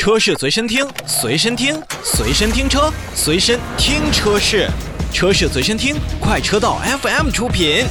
车是随身听，随身听，随身听车，随身听车是，车是随身听，快车道 FM 出品。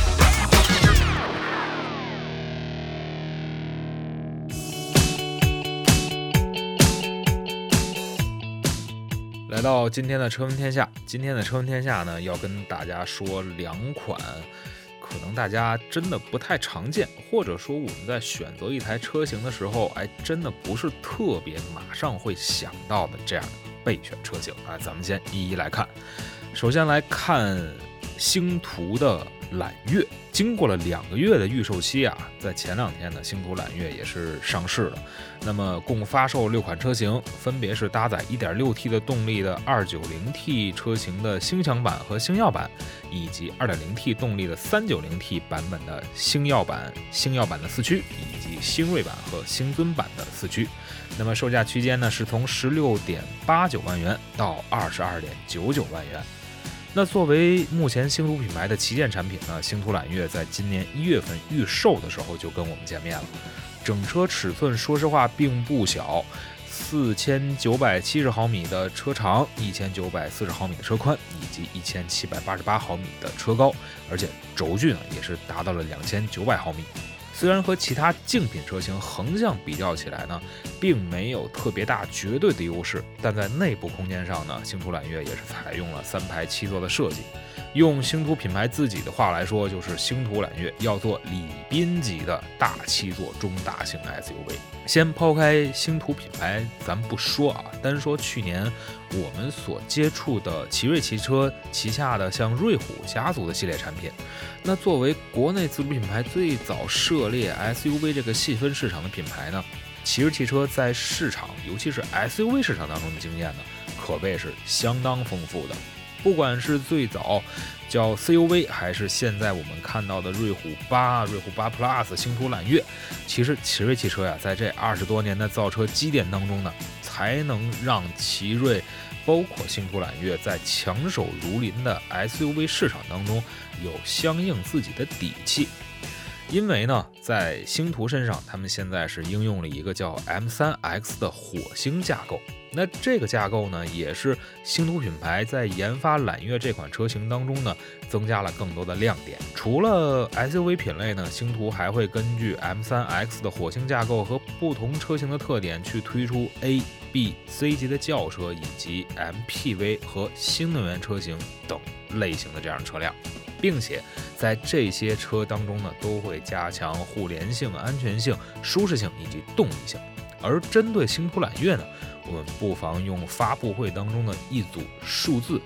来到今天的车闻天下，今天的车闻天下呢，要跟大家说两款可能大家真的不太常见，或者说我们在选择一台车型的时候，真的不是特别马上会想到的这样的备选车型啊。咱们先一一来看。首先来看星途的揽月，经过了2个月的预售期啊，在前2天呢，星途揽月也是上市了。那么共发售6款车型，分别是搭载 1.6T 的动力的 290T 车型的星翔版和星耀版，以及 2.0T 动力的 390T 版本的星耀版的4驱，以及星锐版和星尊版的4驱。那么售价区间呢，是从 16.89 万元到 22.99 万元。那作为目前星途品牌的旗舰产品呢，星途揽月在今年1月份预售的时候就跟我们见面了。整车尺寸说实话并不小，4970毫米的车长，1940毫米的车宽，以及1788毫米的车高，而且轴距呢也是达到了2900毫米。虽然和其他竞品车型横向比较起来呢，并没有特别大绝对的优势，但在内部空间上呢，星途揽月也是采用了3排7座的设计。用星途品牌自己的话来说，就是星途揽月要做礼宾级的大7座中大型 SUV。先抛开星途品牌咱们不说啊，单说去年我们所接触的奇瑞汽车旗下的像瑞虎家族的系列产品，那作为国内自主品牌最早涉猎 SUV 这个细分市场的品牌呢，奇瑞汽车在市场尤其是 SUV 市场当中的经验呢，可谓是相当丰富的。不管是最早叫 CUV， 还是现在我们看到的瑞虎8、瑞虎8 Plus、星途揽月，其实奇瑞汽车呀，在这20多年的造车积淀当中呢，才能让奇瑞包括星途揽月在强手如林的 SUV 市场当中有相应自己的底气。因为呢，在星途身上，他们现在是应用了一个叫 M3X 的火星架构。那这个架构呢，也是星途品牌在研发揽月这款车型当中呢，增加了更多的亮点。除了 SUV 品类呢，星途还会根据 M3X 的火星架构和不同车型的特点，去推出 A、B、C 级的轿车，以及 MPV 和新能源车型等类型的这样的车辆。并且在这些车当中呢，都会加强互联性、安全性、舒适性以及动力性。而针对星途揽月呢，我们不妨用发布会当中的一组数字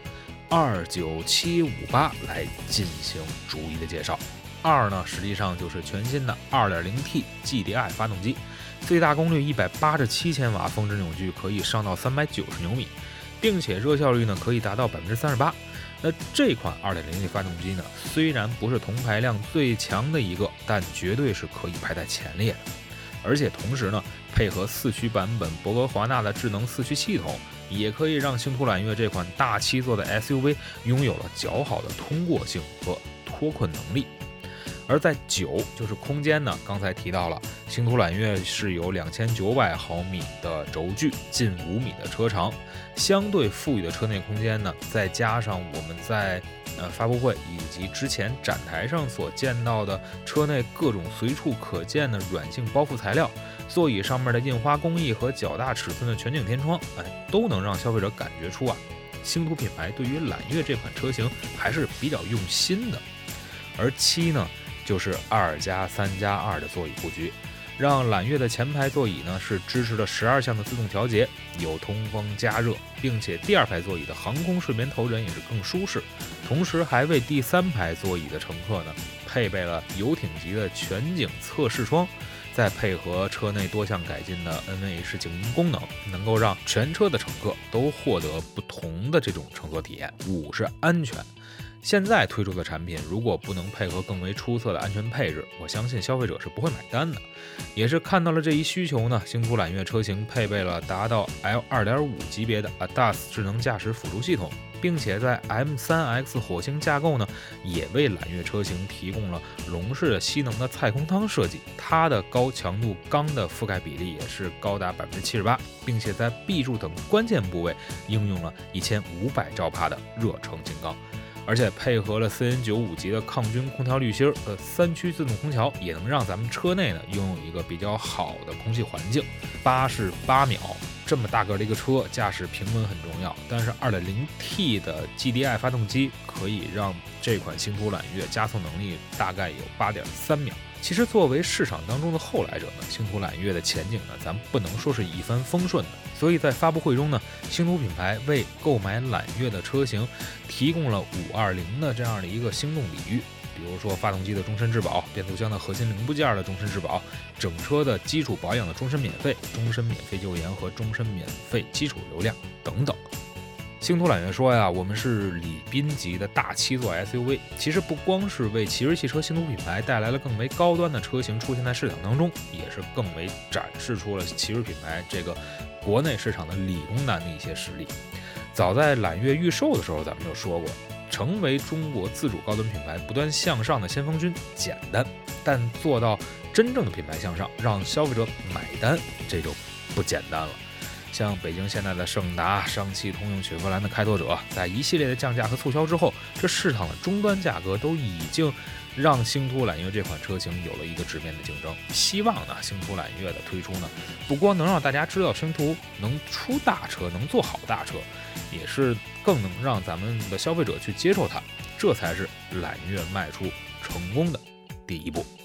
29758来进行逐一的介绍。2呢，实际上就是全新的 2.0T GDI 发动机，最大功率187千瓦，峰值扭矩可以上到390牛米，并且热效率呢可以达到38%。那这款 2.0T 发动机呢，虽然不是同排量最强的一个，但绝对是可以排在前列的。而且同时呢，配合4驱版本博格华纳的智能4驱系统，也可以让星途揽月这款大7座的 SUV 拥有了较好的通过性和脱困能力。而在9就是空间呢，刚才提到了星途揽月是有2900毫米的轴距，近5米的车长，相对富裕的车内空间呢，再加上我们在发布会以及之前展台上所见到的车内各种随处可见的软性包覆材料，座椅上面的印花工艺和较大尺寸的全景天窗，都能让消费者感觉出啊，星途品牌对于揽月这款车型还是比较用心的。而7呢，就是2+3+2的座椅布局，让揽月的前排座椅呢是支持了12项的自动调节，有通风加热，并且第2排座椅的航空睡眠头枕也是更舒适，同时还为第3排座椅的乘客呢配备了游艇级的全景侧视窗，再配合车内多项改进的 NVH 静音功能，能够让全车的乘客都获得不同的这种乘坐体验。5是安全。 现在推出的产品如果不能配合更为出色的安全配置，我相信消费者是不会买单的。也是看到了这一需求呢，星途揽月车型配备了达到 L2.5 级别的 ADAS 智能驾驶辅助系统，并且在 M3X 火星架构呢，也为揽月车型提供了笼式的吸能的菜空汤设计。它的高强度钢的覆盖比例也是高达 78%， 并且在 B 柱等关键部位应用了1500兆帕的热成型钢。而且配合了CN95级的抗菌空调滤芯的3区自动空调，也能让咱们车内呢拥有一个比较好的空气环境。88秒，这么大个的一个车，驾驶平稳很重要。但是 2.0T 的 GDI 发动机可以让这款星途揽月加速能力大概有 8.3秒。其实作为市场当中的后来者呢，星途揽月的前景呢，咱不能说是一帆风顺的。所以在发布会中呢，星途品牌为购买揽月的车型提供了520的这样的一个心动礼遇，比如说发动机的终身质保、变速箱的核心零部件的终身质保、整车的基础保养的终身免费、终身免费救援和终身免费基础流量等等。星途揽月说呀，我们是礼宾级的大7座 SUV， 其实不光是为奇瑞汽车星途品牌带来了更为高端的车型出现在市场当中，也是更为展示出了奇瑞品牌这个国内市场的理工男的一些实力。早在揽月预售的时候，咱们就说过，成为中国自主高端品牌不断向上的先锋军简单，但做到真正的品牌向上，让消费者买单，这就不简单了。像北京现代的胜达、上汽通用雪佛兰的开拓者，在一系列的降价和促销之后，这市场的终端价格都已经让星途揽月这款车型有了一个直面的竞争。希望呢，星途揽月的推出呢，不光能让大家知道星途能出大车，能做好大车，也是更能让咱们的消费者去接受它，这才是揽月迈出成功的第一步。